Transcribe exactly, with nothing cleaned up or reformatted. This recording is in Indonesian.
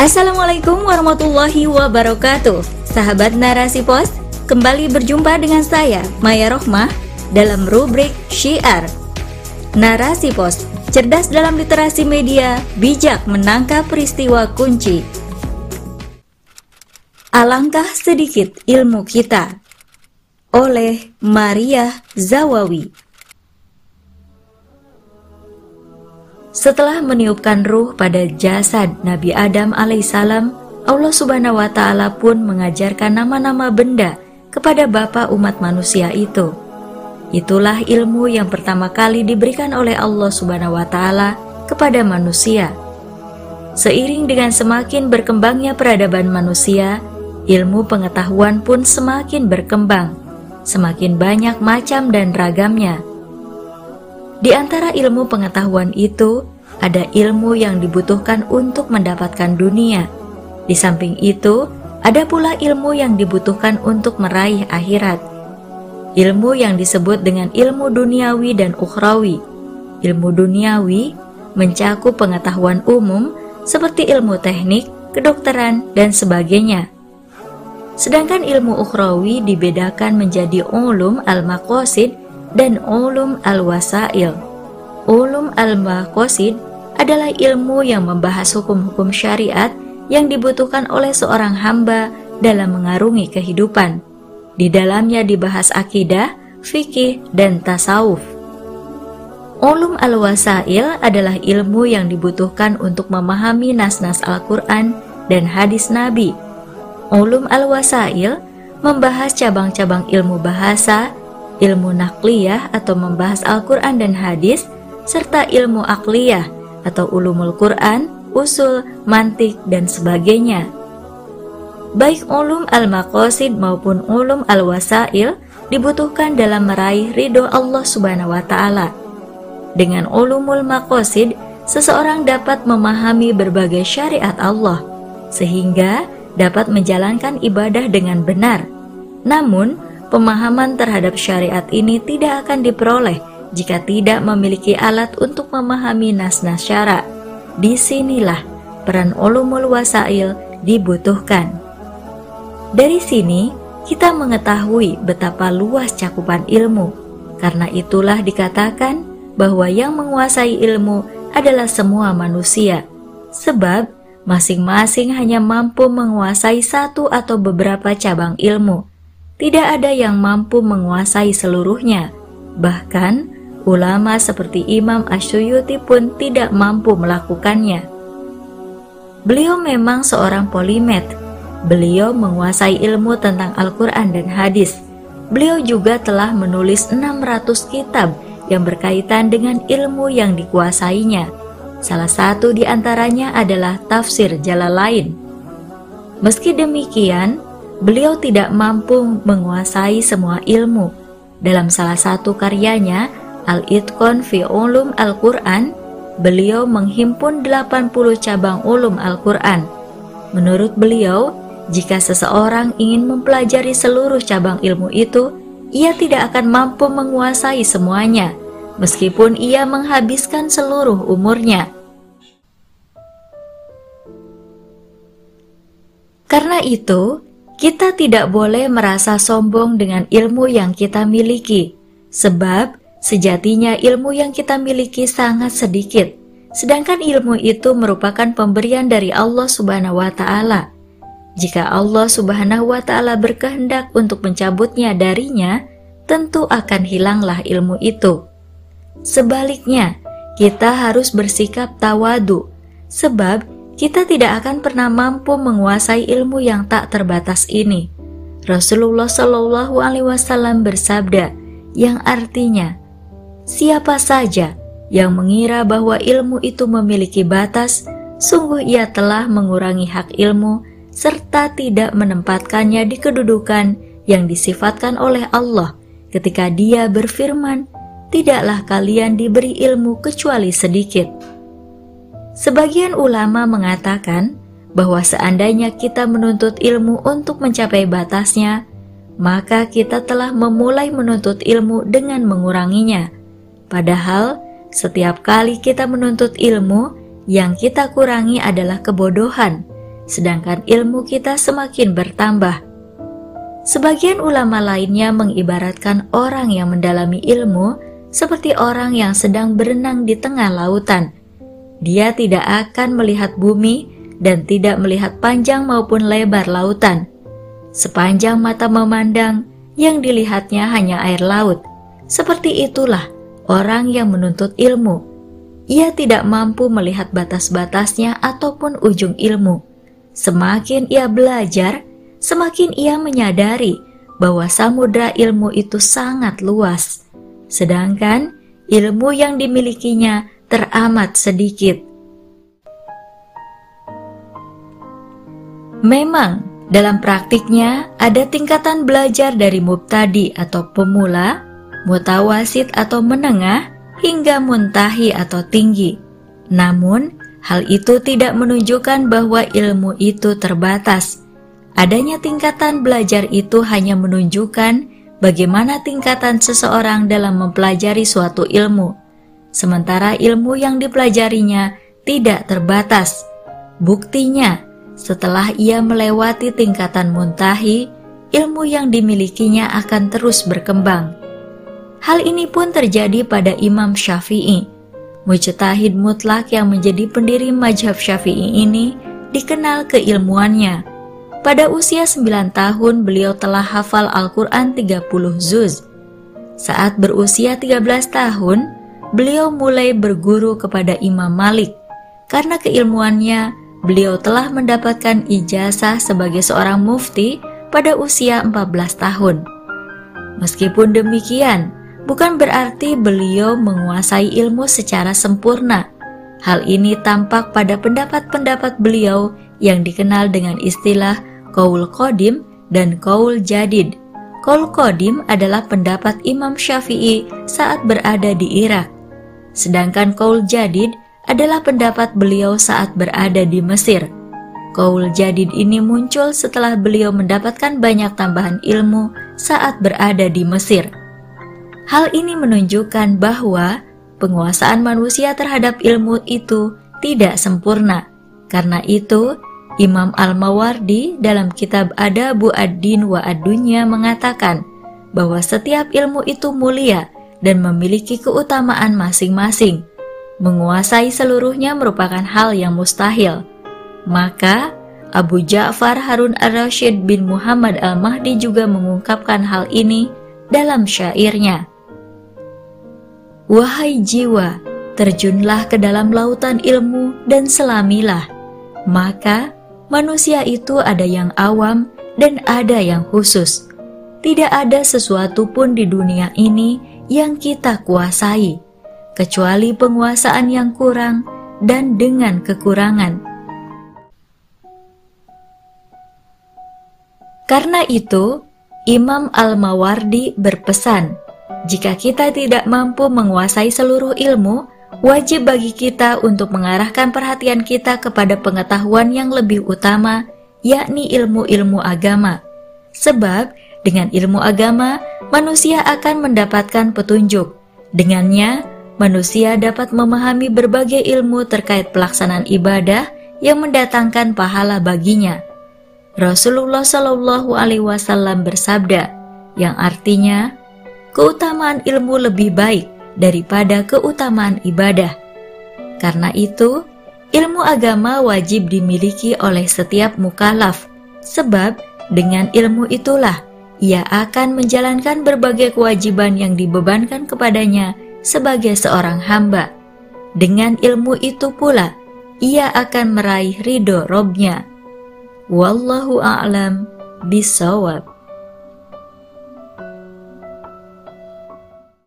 Assalamualaikum warahmatullahi wabarakatuh. Sahabat Narasi Pos, kembali berjumpa dengan saya Maya Rohmah dalam rubrik Syiar. Narasi Pos, cerdas dalam literasi media, bijak menangkap peristiwa kunci. Alangkah sedikit ilmu kita, oleh Maria Zawawi. Setelah meniupkan ruh pada jasad Nabi Adam alaihissalam, Allah subhanahu wa ta'ala pun mengajarkan nama-nama benda kepada bapa umat manusia itu. Itulah ilmu yang pertama kali diberikan oleh Allah subhanahu wa ta'ala kepada manusia. Seiring dengan semakin berkembangnya peradaban manusia, ilmu pengetahuan pun semakin berkembang, semakin banyak macam dan ragamnya. Di antara ilmu pengetahuan itu, ada ilmu yang dibutuhkan untuk mendapatkan dunia. Di samping itu, ada pula ilmu yang dibutuhkan untuk meraih akhirat. Ilmu yang disebut dengan ilmu duniawi dan ukhrawi. Ilmu duniawi mencakup pengetahuan umum seperti ilmu teknik, kedokteran, dan sebagainya. Sedangkan ilmu ukhrawi dibedakan menjadi ulum al-maqasid dan ulum al-wasail. Ulum al-maqasid adalah ilmu yang membahas hukum-hukum syariat yang dibutuhkan oleh seorang hamba dalam mengarungi kehidupan. Di dalamnya dibahas akidah, fikih, dan tasawuf. Ulum al-wasail adalah ilmu yang dibutuhkan untuk memahami nas-nas Al-Quran dan hadis Nabi. Ulum al-wasail membahas cabang-cabang ilmu bahasa, ilmu nakliyah atau membahas Al-Quran dan hadis, serta ilmu akliyah atau ulumul Quran, usul, mantik, dan sebagainya. Baik ulum al-maqasid maupun ulum al-wasail dibutuhkan dalam meraih ridho Allah subhanahu wa ta'ala. Dengan ulumul maqasid, seseorang dapat memahami berbagai syariat Allah, sehingga dapat menjalankan ibadah dengan benar. Namun, pemahaman terhadap syariat ini tidak akan diperoleh jika tidak memiliki alat untuk memahami nas-nas syara. Disinilah peran ulumul wasail dibutuhkan. Dari sini kita mengetahui betapa luas cakupan ilmu. Karena itulah dikatakan bahwa yang menguasai ilmu adalah semua manusia. Sebab masing-masing hanya mampu menguasai satu atau beberapa cabang ilmu. Tidak ada yang mampu menguasai seluruhnya. Bahkan, ulama seperti Imam Asyuyuti pun tidak mampu melakukannya. Beliau memang seorang polimet. Beliau menguasai ilmu tentang Al-Quran dan hadis. Beliau juga telah menulis enam ratus kitab yang berkaitan dengan ilmu yang dikuasainya. Salah satu di antaranya adalah Tafsir Jalalain. Meski demikian, beliau tidak mampu menguasai semua ilmu. Dalam salah satu karyanya, Al-Itqan fi Ulum Al-Quran, beliau menghimpun delapan puluh cabang ulum Al-Quran. Menurut beliau, jika seseorang ingin mempelajari seluruh cabang ilmu itu, ia tidak akan mampu menguasai semuanya, meskipun ia menghabiskan seluruh umurnya. Karena itu, kita tidak boleh merasa sombong dengan ilmu yang kita miliki, sebab sejatinya ilmu yang kita miliki sangat sedikit, sedangkan ilmu itu merupakan pemberian dari Allah subhanahu wa ta'ala. Jika Allah subhanahu wa ta'ala berkehendak untuk mencabutnya darinya, tentu akan hilanglah ilmu itu. Sebaliknya, kita harus bersikap tawadu, sebab kita tidak akan pernah mampu menguasai ilmu yang tak terbatas ini. Rasulullah Shallallahu Alaihi Wasallam bersabda, yang artinya, siapa saja yang mengira bahwa ilmu itu memiliki batas, sungguh ia telah mengurangi hak ilmu serta tidak menempatkannya di kedudukan yang disifatkan oleh Allah ketika Dia berfirman, tidaklah kalian diberi ilmu kecuali sedikit. Sebagian ulama mengatakan bahwa seandainya kita menuntut ilmu untuk mencapai batasnya, maka kita telah memulai menuntut ilmu dengan menguranginya. Padahal, setiap kali kita menuntut ilmu, yang kita kurangi adalah kebodohan. sedangkan ilmu kita semakin bertambah. Sebagian ulama lainnya mengibaratkan orang yang mendalami ilmu seperti orang yang sedang berenang di tengah lautan. Dia tidak akan melihat bumi dan tidak melihat panjang maupun lebar lautan. Sepanjang mata memandang, yang dilihatnya hanya air laut. Seperti itulah orang yang menuntut ilmu. Ia tidak mampu melihat batas-batasnya ataupun ujung ilmu. Semakin ia belajar, semakin ia menyadari bahwa samudra ilmu itu sangat luas, sedangkan ilmu yang dimilikinya teramat sedikit. Memang, dalam praktiknya ada tingkatan belajar dari mubtadi atau pemula, mutawasid atau menengah, hingga muntahi atau tinggi. Namun, hal itu tidak menunjukkan bahwa ilmu itu terbatas. Adanya tingkatan belajar itu hanya menunjukkan bagaimana tingkatan seseorang dalam mempelajari suatu ilmu. Sementara ilmu yang dipelajarinya tidak terbatas. Buktinya, setelah ia melewati tingkatan muntahi, ilmu yang dimilikinya akan terus berkembang. Hal ini pun terjadi pada Imam Syafi'i. Mujtahid mutlak yang menjadi pendiri mazhab Syafi'i ini dikenal keilmuannya. Pada usia sembilan tahun beliau telah hafal Al-Quran tiga puluh juz. Saat berusia tiga belas tahun, beliau mulai berguru kepada Imam Malik. Karena keilmuannya, beliau telah mendapatkan ijazah sebagai seorang mufti pada usia empat belas tahun. Meskipun demikian, bukan berarti beliau menguasai ilmu secara sempurna. Hal ini tampak pada pendapat-pendapat beliau yang dikenal dengan istilah Qaul Qadim dan Qaul Jadid. Qaul Qadim adalah pendapat Imam Syafi'i saat berada di Irak, sedangkan Qaul Jadid adalah pendapat beliau saat berada di Mesir. Qaul Jadid ini muncul setelah beliau mendapatkan banyak tambahan ilmu saat berada di Mesir. Hal ini menunjukkan bahwa penguasaan manusia terhadap ilmu itu tidak sempurna. Karena itu, Imam Al-Mawardi dalam kitab Adabu ad-Din wa ad-Dunya mengatakan bahwa setiap ilmu itu mulia dan memiliki keutamaan masing-masing. Menguasai seluruhnya merupakan hal yang mustahil. Maka, Abu Ja'far Harun ar-Rasyid bin Muhammad al-Mahdi juga mengungkapkan hal ini dalam syairnya. Wahai jiwa, terjunlah ke dalam lautan ilmu dan selamilah. Maka, manusia itu ada yang awam dan ada yang khusus. Tidak ada sesuatu pun di dunia ini yang kita kuasai, kecuali penguasaan yang kurang dan dengan kekurangan. Karena itu, Imam Al-Mawardi berpesan, jika kita tidak mampu menguasai seluruh ilmu, wajib bagi kita untuk mengarahkan perhatian kita kepada pengetahuan yang lebih utama, yakni ilmu-ilmu agama. Sebab, dengan ilmu agama, manusia akan mendapatkan petunjuk. Dengannya, manusia dapat memahami berbagai ilmu terkait pelaksanaan ibadah yang mendatangkan pahala baginya. Rasulullah Shallallahu Alaihi Wasallam bersabda, yang artinya, keutamaan ilmu lebih baik daripada keutamaan ibadah. Karena itu, ilmu agama wajib dimiliki oleh setiap mukallaf, sebab dengan ilmu itulah ia akan menjalankan berbagai kewajiban yang dibebankan kepadanya sebagai seorang hamba. Dengan ilmu itu pula, ia akan meraih ridho Robnya. Wallahu a'lam bishawab.